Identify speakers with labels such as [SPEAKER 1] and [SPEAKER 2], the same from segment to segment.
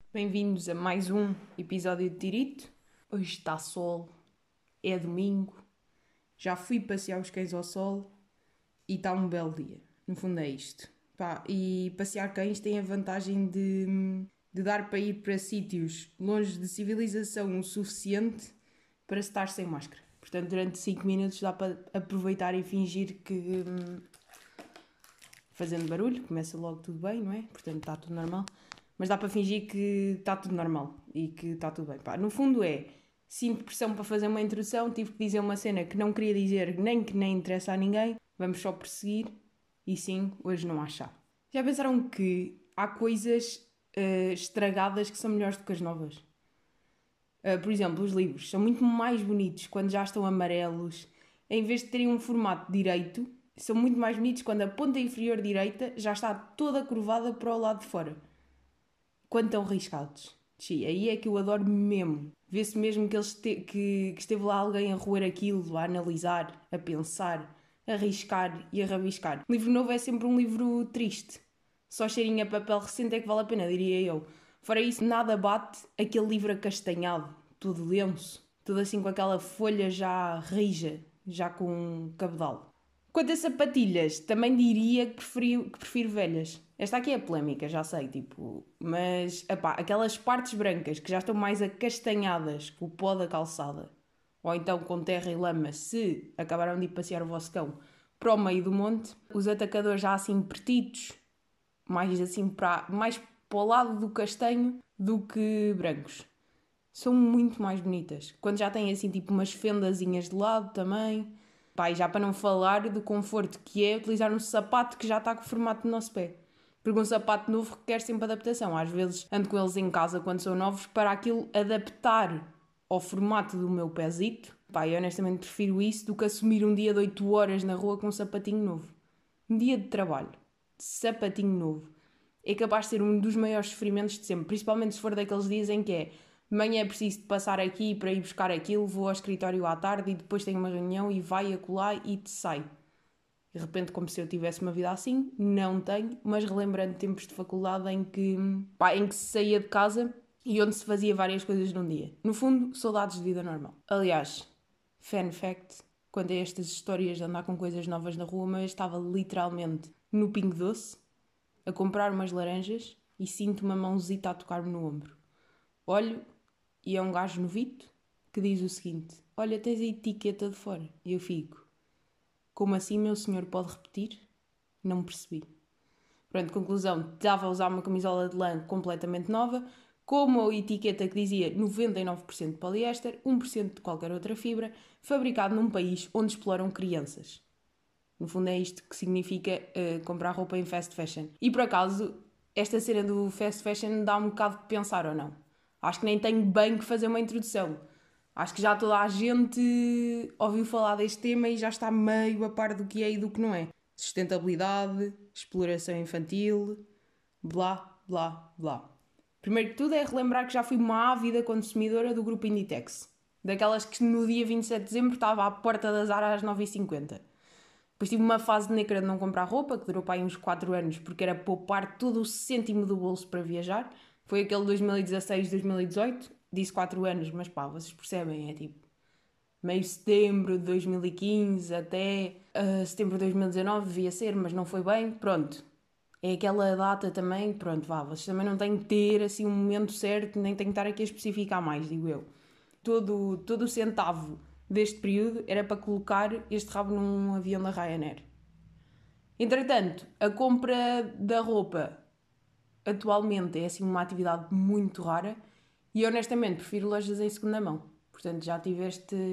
[SPEAKER 1] Bem-vindos a mais um episódio de Tirito. Hoje está sol, é domingo, já fui passear os cães ao sol e está um belo dia. No fundo é isto. Pá, e passear cães tem a vantagem de dar para ir para sítios longe de civilização o suficiente para se estar sem máscara. Portanto, durante 5 minutos dá para aproveitar e fingir que, fazendo barulho, começa logo tudo bem, não é? Portanto, está tudo normal. Mas dá para fingir que está tudo normal e que está tudo bem. Pá, no fundo sinto pressão para fazer uma introdução, tive que dizer uma cena que não queria dizer, nem que nem interessa a ninguém, vamos só prosseguir e sim, hoje não há chá. Já pensaram que há coisas estragadas que são melhores do que as novas? Por exemplo, os livros são muito mais bonitos quando já estão amarelos, em vez de terem um formato direito, são muito mais bonitos quando a ponta inferior direita já está toda curvada para o lado de fora. Quando estão riscados. Sim, aí é que eu adoro mesmo. Vê-se mesmo que, que esteve lá alguém a roer aquilo, a analisar, a pensar, a riscar e a rabiscar. O livro novo é sempre um livro triste. Só cheirinho a papel recente é que vale a pena, diria eu. Fora isso, nada bate aquele livro acastanhado, todo denso, todo assim com aquela folha já rija, já com cabedal. Quanto a sapatilhas, também diria que prefiro velhas. Esta aqui é polémica, já sei, tipo, mas epá, aquelas partes brancas que já estão mais acastanhadas com o pó da calçada, ou então com terra e lama, se acabaram de ir passear o vosso cão para o meio do monte, os atacadores já assim pretitos, mais assim mais para o lado do castanho do que brancos. São muito mais bonitas. Quando já têm assim tipo umas fendazinhas de lado também. Pá, e já para não falar do conforto que é utilizar um sapato que já está com o formato do nosso pé. Porque um sapato novo requer sempre adaptação. Às vezes ando com eles em casa quando são novos para aquilo adaptar ao formato do meu pezito. Pá, eu honestamente prefiro isso do que assumir um dia de 8 horas na rua com um sapatinho novo. Um dia de trabalho, de sapatinho novo, é capaz de ser um dos maiores sofrimentos de sempre. Principalmente se for daqueles dias em que é de manhã é preciso de passar aqui para ir buscar aquilo, vou ao escritório à tarde e depois tenho uma reunião e vai acolá e te sai. De repente, como se eu tivesse uma vida assim, não tenho, mas relembrando tempos de faculdade em que se saía de casa e onde se fazia várias coisas num dia. No fundo, saudades de vida normal. Aliás, fun fact, quanto a estas histórias de andar com coisas novas na rua, mas estava literalmente no Pingo Doce a comprar umas laranjas e sinto uma mãozita a tocar-me no ombro. Olho e é um gajo novito que diz o seguinte: olha, tens a etiqueta de fora. E eu fico: como assim, meu senhor, pode repetir? Não percebi. Pronto, conclusão: estava a usar uma camisola de lã completamente nova, com uma etiqueta que dizia 99% de poliéster, 1% de qualquer outra fibra, fabricado num país onde exploram crianças. No fundo é isto que significa comprar roupa em fast fashion. E por acaso, esta cena do fast fashion dá um bocado de pensar ou não. Acho que nem tenho bem que fazer uma introdução. Acho que já toda a gente ouviu falar deste tema e já está meio a par do que é e do que não é. Sustentabilidade, exploração infantil, blá, blá, blá. Primeiro que tudo é relembrar que já fui uma ávida consumidora do grupo Inditex. Daquelas que no dia 27 de dezembro estava à porta da Zara às 9h50. Depois tive uma fase negra de não comprar roupa, que durou para aí uns 4 anos, porque era poupar todo o cêntimo do bolso para viajar. Foi aquele 2016, 2018. Disse 4 anos, mas pá, vocês percebem, é tipo meio setembro de 2015 até setembro de 2019, devia ser, mas não foi bem. Pronto, é aquela data também, pronto, vá, vocês também não têm que ter assim um momento certo, nem têm que estar aqui a especificar mais, digo eu. Todo o centavo deste período era para colocar este rabo num avião da Ryanair. Entretanto, a compra da roupa atualmente é assim uma atividade muito rara e honestamente prefiro lojas em segunda mão. Portanto, já tive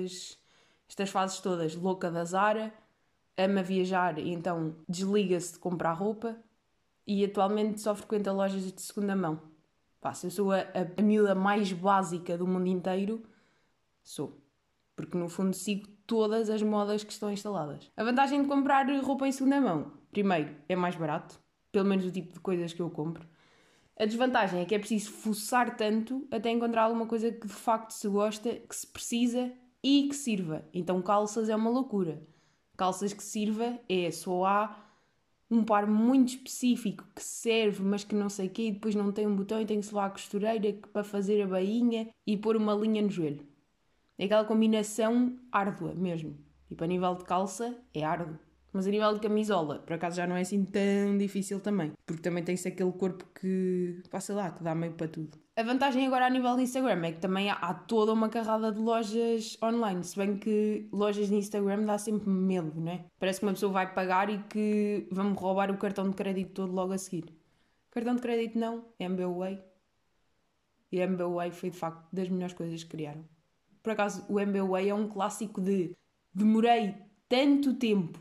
[SPEAKER 1] estas fases todas, louca da Zara, ama viajar e então desliga-se de comprar roupa e atualmente só frequenta lojas de segunda mão. Pá, se eu sou a miúda mais básica do mundo inteiro, sou. Porque no fundo sigo todas as modas que estão instaladas. A vantagem de comprar roupa em segunda mão, primeiro, é mais barato, pelo menos o tipo de coisas que eu compro. A desvantagem é que é preciso fuçar tanto até encontrar alguma coisa que de facto se gosta, que se precisa e que sirva. Então calças é uma loucura. Calças que sirva é só há um par muito específico que serve, mas que não sei o quê, e depois não tem um botão e tem que se levar à costureira para fazer a bainha e pôr uma linha no joelho. É aquela combinação árdua mesmo. Tipo, a nível de calça é árduo. Mas a nível de camisola, por acaso já não é assim tão difícil também. Porque também tem-se aquele corpo que, passa lá, que dá meio para tudo. A vantagem agora a nível de Instagram é que também há toda uma carrada de lojas online. Se bem que lojas de Instagram dá sempre medo, não é? Parece que uma pessoa vai pagar e que vão-me roubar o cartão de crédito todo logo a seguir. Cartão de crédito não, é MBWay. E a MBWay foi de facto das melhores coisas que criaram. Por acaso, o MBWay é um clássico de demorei tanto tempo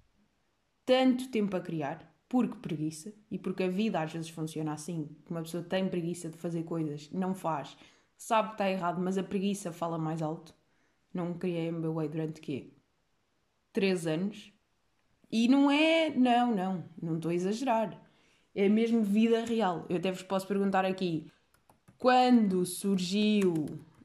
[SPEAKER 1] a criar, porque preguiça, e porque a vida às vezes funciona assim, que uma pessoa tem preguiça de fazer coisas, não faz, sabe que está errado, mas a preguiça fala mais alto. Não criei MBWay durante quê? 3 anos. E não estou a exagerar. É mesmo vida real. Eu até vos posso perguntar aqui, quando surgiu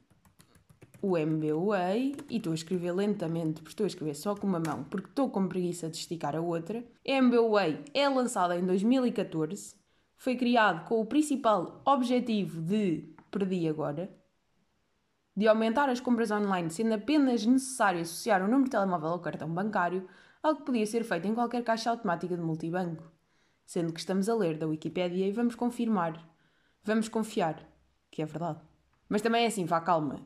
[SPEAKER 1] o MBWay, e estou a escrever lentamente, porque estou a escrever só com uma mão, porque estou com preguiça de esticar a outra. MBWay é lançado em 2014, foi criado com o principal objetivo perdi agora, de aumentar as compras online, sendo apenas necessário associar o número de telemóvel ao cartão bancário, algo que podia ser feito em qualquer caixa automática de multibanco. Sendo que estamos a ler da Wikipédia e vamos confiar, que é verdade. Mas também é assim, vá calma,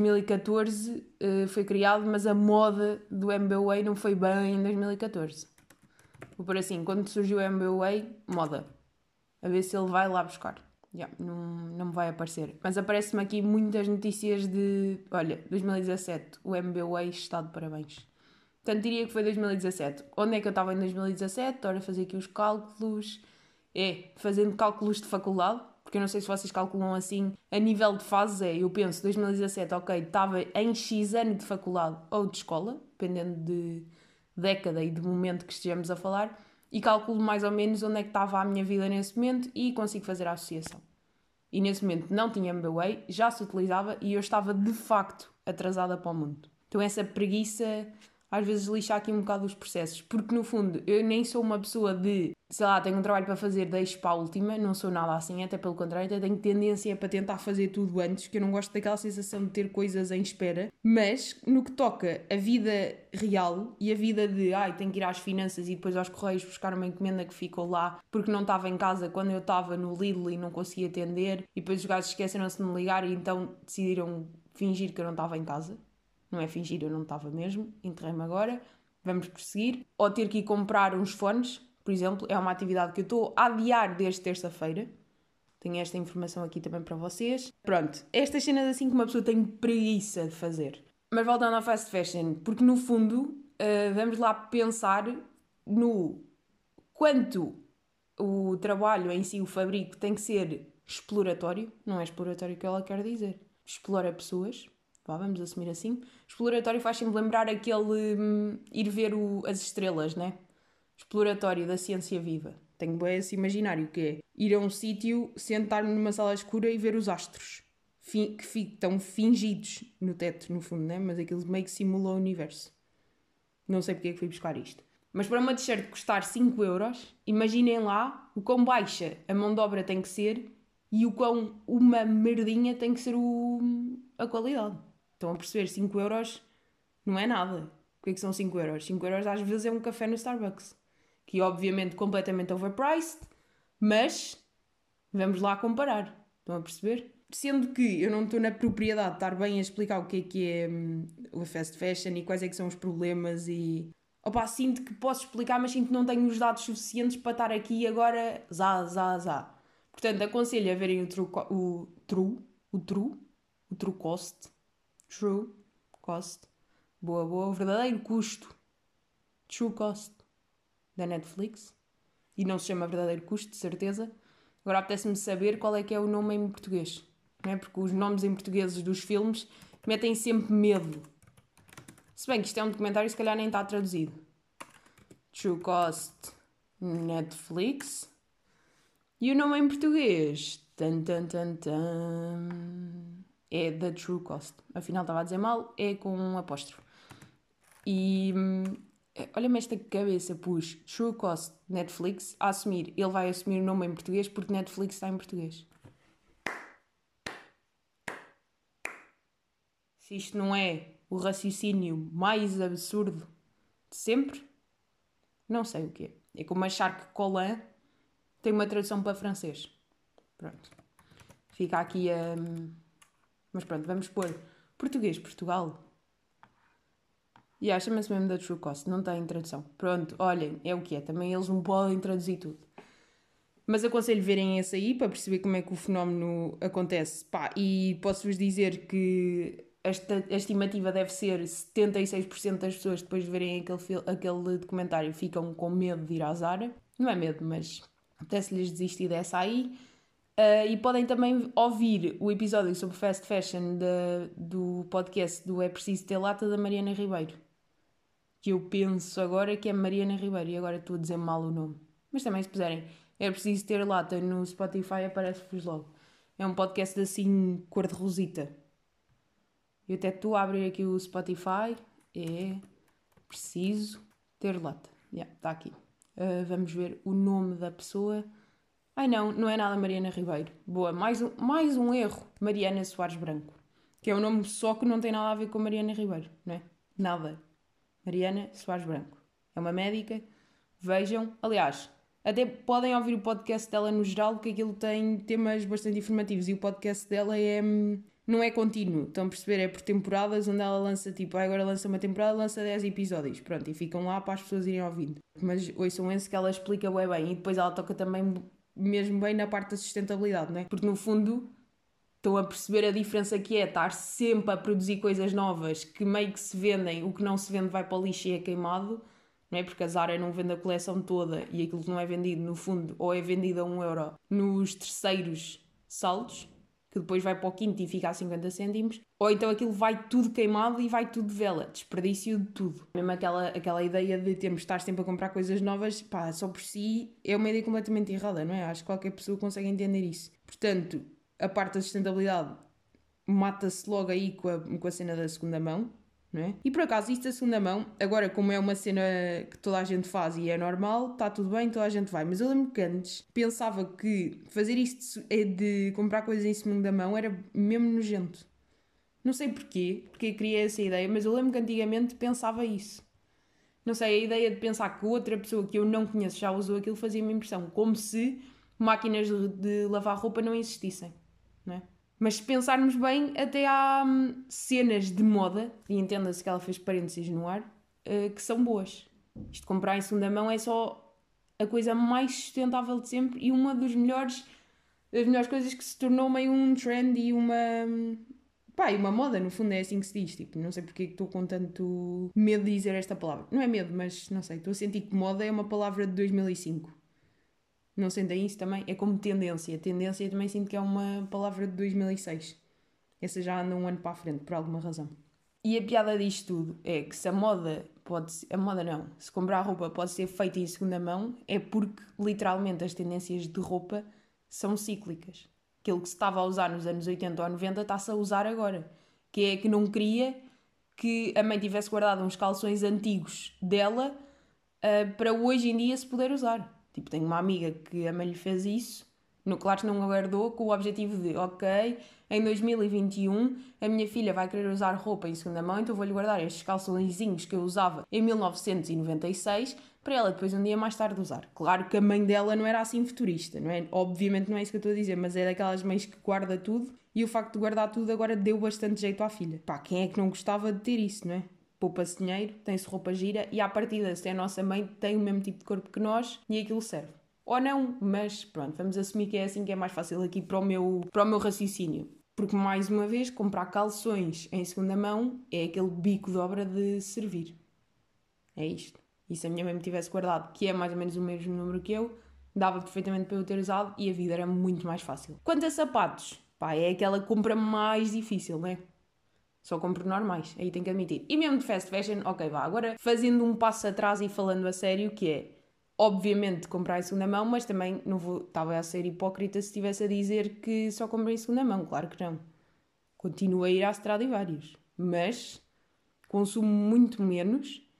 [SPEAKER 1] 2014 foi criado, mas a moda do MBWay não foi bem em 2014. Vou por assim, quando surgiu o MBWay, moda. A ver se ele vai lá buscar. Não me vai aparecer. Mas aparece-me aqui muitas notícias de... Olha, 2017, o MBWay está de parabéns. Portanto, diria que foi 2017. Onde é que eu estava em 2017? Ora, fazer aqui os cálculos. Fazendo cálculos de faculdade, porque eu não sei se vocês calculam assim. A nível de fases eu penso, 2017, ok, estava em X ano de faculdade ou de escola, dependendo de década e de momento que estejamos a falar, e calculo mais ou menos onde é que estava a minha vida nesse momento e consigo fazer a associação. E nesse momento não tinha MBWay, já se utilizava e eu estava de facto atrasada para o mundo. Então essa preguiça às vezes lixa aqui um bocado os processos, porque no fundo eu nem sou uma pessoa de, sei lá, tenho um trabalho para fazer, deixo para a última, não sou nada assim, até pelo contrário, até tenho tendência para tentar fazer tudo antes, que eu não gosto daquela sensação de ter coisas em espera, mas no que toca a vida real e a vida de, tenho que ir às finanças e depois aos correios buscar uma encomenda que ficou lá porque não estava em casa quando eu estava no Lidl e não conseguia atender, e depois os gajos esqueceram-se de me ligar e então decidiram fingir que eu não estava em casa. Não é fingir, eu não estava mesmo, enterrei-me agora, vamos prosseguir. Ou ter que ir comprar uns fones, por exemplo, é uma atividade que eu estou a adiar desde terça-feira. Tenho esta informação aqui também para vocês. Pronto, estas cenas assim que uma pessoa tem preguiça de fazer. Mas voltando ao fast fashion, porque no fundo, vamos lá pensar no quanto o trabalho em si, o fabrico, tem que ser exploratório. Não é exploratório que ela quer dizer. Explora pessoas. Vamos assumir assim. Exploratório faz sempre lembrar aquele ir ver as estrelas, né? Exploratório da ciência viva. Tenho bem esse imaginário que é ir a um sítio, sentar-me numa sala escura e ver os astros. Que estão fingidos no teto, no fundo, né? Mas aquilo meio que simula o universo. Não sei porque é que fui buscar isto. Mas para uma t-shirt custar 5€, imaginem lá o quão baixa a mão de obra tem que ser e o quão uma merdinha tem que ser a qualidade. Estão a perceber? 5€ não é nada. O que é que são 5€? 5€ às vezes é um café no Starbucks. Que obviamente completamente overpriced, mas vamos lá comparar. Estão a perceber? Sendo que eu não estou na propriedade de estar bem a explicar o que é o fast fashion e quais é que são os problemas e... sinto que posso explicar, mas sinto que não tenho os dados suficientes para estar aqui agora zá. Portanto, aconselho a verem o True Cost. Boa, o verdadeiro custo. True Cost da Netflix. E não se chama verdadeiro custo, de certeza. Agora apetece-me saber qual é que é o nome em português. Não é? Porque os nomes em portugueses dos filmes metem sempre medo. Se bem que isto é um documentário e se calhar nem está traduzido. True Cost Netflix. E o nome em português? É The True Cost. Afinal estava a dizer mal, é com um apóstrofo. E Olha-me esta cabeça, pus True Cost Netflix a assumir. Ele vai assumir o nome em português porque Netflix está em português. Se isto não é o raciocínio mais absurdo de sempre, não sei o que é. É como achar que Colin tem uma tradução para francês. Pronto. Fica aqui a... Mas pronto, vamos pôr português, Portugal. Chama-se mesmo da True Cost, não tem tradução. Pronto, olhem, é o que é. Também eles não podem traduzir tudo. Mas aconselho verem esse aí para perceber como é que o fenómeno acontece. Pá, e posso-vos dizer que a estimativa deve ser 76% das pessoas depois de verem aquele documentário ficam com medo de ir à Zara. Não é medo, mas apetece-lhes desistir dessa aí. E podem também ouvir o episódio sobre fast fashion do podcast do É Preciso Ter Lata da Mariana Ribeiro. Que eu penso agora que é Mariana Ribeiro e agora estou a dizer mal o nome. Mas também se puserem É Preciso Ter Lata no Spotify aparece-vos logo. É um podcast assim cor de rosita. Eu até estou a abrir aqui o Spotify. É Preciso Ter Lata. Está aqui. Vamos ver o nome da pessoa. Ai não é nada Mariana Ribeiro. Boa, mais um erro. Mariana Soares Branco. Que é um nome só que não tem nada a ver com Mariana Ribeiro, não é? Nada. Mariana Soares Branco. É uma médica. Vejam. Aliás, até podem ouvir o podcast dela no geral, que aquilo tem temas bastante informativos. E o podcast dela não é contínuo. Estão a perceber? É por temporadas, onde ela lança, tipo, agora lança uma temporada, lança 10 episódios. Pronto, e ficam lá para as pessoas irem ouvindo. Mas ouçam esse que ela explica bem. E depois ela toca também mesmo bem na parte da sustentabilidade, não é? Porque no fundo... Estão a perceber a diferença que é estar sempre a produzir coisas novas que meio que se vendem, o que não se vende vai para o lixo e é queimado, não é? Porque a Zara não vende a coleção toda e aquilo que não é vendido no fundo ou é vendido a 1€ nos terceiros saldos, que depois vai para o quinto e fica a 50 cêntimos, ou então aquilo vai tudo queimado e vai tudo de vela, desperdício de tudo. Mesmo aquela ideia de termos de estar sempre a comprar coisas novas, pá, só por si é uma ideia completamente errada, não é? Acho que qualquer pessoa consegue entender isso. Portanto, a parte da sustentabilidade mata-se logo aí com a cena da segunda mão, não é? E por acaso, isto da segunda mão, agora como é uma cena que toda a gente faz e é normal, está tudo bem, toda a gente vai. Mas eu lembro que antes pensava que fazer isto de comprar coisas em segunda mão era mesmo nojento. Não sei porquê, porque eu criei essa ideia, mas eu lembro que antigamente pensava isso. Não sei, a ideia de pensar que outra pessoa que eu não conheço já usou aquilo fazia-me impressão, como se máquinas de lavar roupa não existissem. Não é? Mas se pensarmos bem, até há cenas de moda, e entenda-se que ela fez parênteses no ar, que são boas. Isto de comprar em segunda mão é só a coisa mais sustentável de sempre e uma das melhores coisas que se tornou meio um trend e uma moda, no fundo é assim que se diz. Tipo, não sei porque é que estou com tanto medo de dizer esta palavra. Não é medo, mas não sei, estou a sentir que moda é uma palavra de 2005. Não sentem isso também? É como tendência. Tendência também sinto que é uma palavra de 2006. Essa já anda um ano para a frente, por alguma razão. E a piada disto tudo é que se a moda pode ser... A moda não. Se comprar roupa pode ser feita em segunda mão, é porque, literalmente, as tendências de roupa são cíclicas. Aquilo que se estava a usar nos anos 80 ou 90 está-se a usar agora. Que é que não queria que a mãe tivesse guardado uns calções antigos dela para hoje em dia se poder usar. Tipo, tenho uma amiga que a mãe lhe fez isso, claro que não aguardou, com o objetivo de, ok, em 2021 a minha filha vai querer usar roupa em segunda mão, então vou-lhe guardar estes calçõezinhos que eu usava em 1996 para ela depois um dia mais tarde usar. Claro que a mãe dela não era assim futurista, não é? Obviamente não é isso que eu estou a dizer, mas é daquelas mães que guarda tudo e o facto de guardar tudo agora deu bastante jeito à filha. Pá, quem é que não gostava de ter isso, não é? Poupa-se dinheiro, tem-se roupa gira e à partida, se é a nossa mãe, tem o mesmo tipo de corpo que nós e aquilo serve. Ou não, mas pronto, vamos assumir que é assim que é mais fácil aqui para o meu raciocínio. Porque, mais uma vez, comprar calções em segunda mão é aquele bico de obra de servir. É isto. E se a minha mãe me tivesse guardado, que é mais ou menos o mesmo número que eu, dava perfeitamente para eu ter usado e a vida era muito mais fácil. Quanto a sapatos, pá, é aquela compra mais difícil, não é? Só compro normais, aí tenho que admitir. E mesmo de fast fashion, ok, vá. Agora, fazendo um passo atrás e falando a sério, que é, obviamente, comprar em segunda mão, mas também não estava a ser hipócrita se estivesse a dizer que só compro em segunda mão. Claro que não. Continuo a ir à Stradivarius. Mas consumo muito menos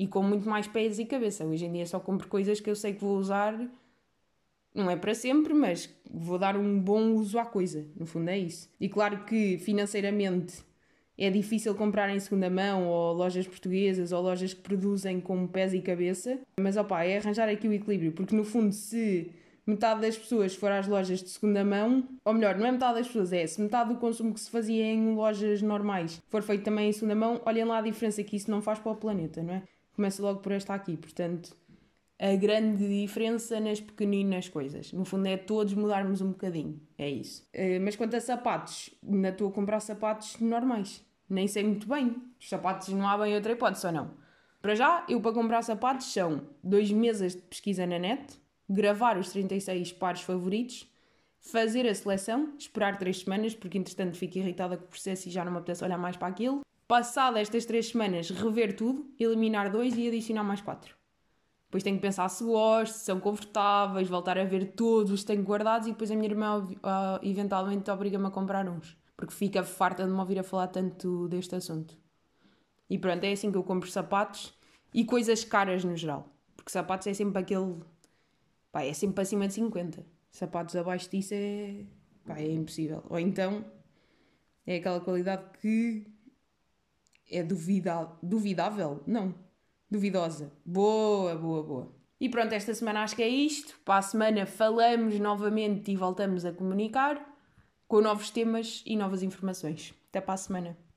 [SPEAKER 1] e com muito mais pés e cabeça. Hoje em dia só compro coisas que eu sei que vou usar, não é para sempre, mas vou dar um bom uso à coisa. No fundo é isso. E claro que financeiramente é difícil comprar em segunda mão, ou lojas portuguesas, ou lojas que produzem com pés e cabeça, mas opá, é arranjar aqui o equilíbrio, porque no fundo se metade das pessoas for às lojas de segunda mão, ou melhor, não é metade das pessoas, é se metade do consumo que se fazia em lojas normais for feito também em segunda mão, olhem lá a diferença que isso não faz para o planeta, não é? Começa logo por esta aqui, portanto, a grande diferença nas pequeninas coisas. No fundo é todos mudarmos um bocadinho, é isso. Mas quanto a sapatos, ainda estou a comprar sapatos normais, nem sei muito bem, os sapatos não há bem outra hipótese ou não. Para já, eu para comprar sapatos são 2 meses de pesquisa na net, gravar os 36 pares favoritos, fazer a seleção, esperar 3 semanas, porque entretanto fico irritada com o processo e já não me apetece olhar mais para aquilo. Passado estas 3 semanas, rever tudo, eliminar 2 e adicionar mais 4. Depois tenho que pensar se gosto, se são confortáveis, voltar a ver todos os que tenho guardados e depois a minha irmã eventualmente obriga-me a comprar uns. Porque fica farta de me ouvir a falar tanto deste assunto. E pronto, é assim que eu compro sapatos e coisas caras no geral. Porque sapatos é sempre aquele... Pá, é sempre acima de 50. Sapatos abaixo disso é impossível. Ou então é aquela qualidade que é duvidável? Não. Duvidosa. Boa, boa, boa. E pronto, esta semana acho que é isto. Para a semana falamos novamente e voltamos a comunicar com novos temas e novas informações. Até para a semana.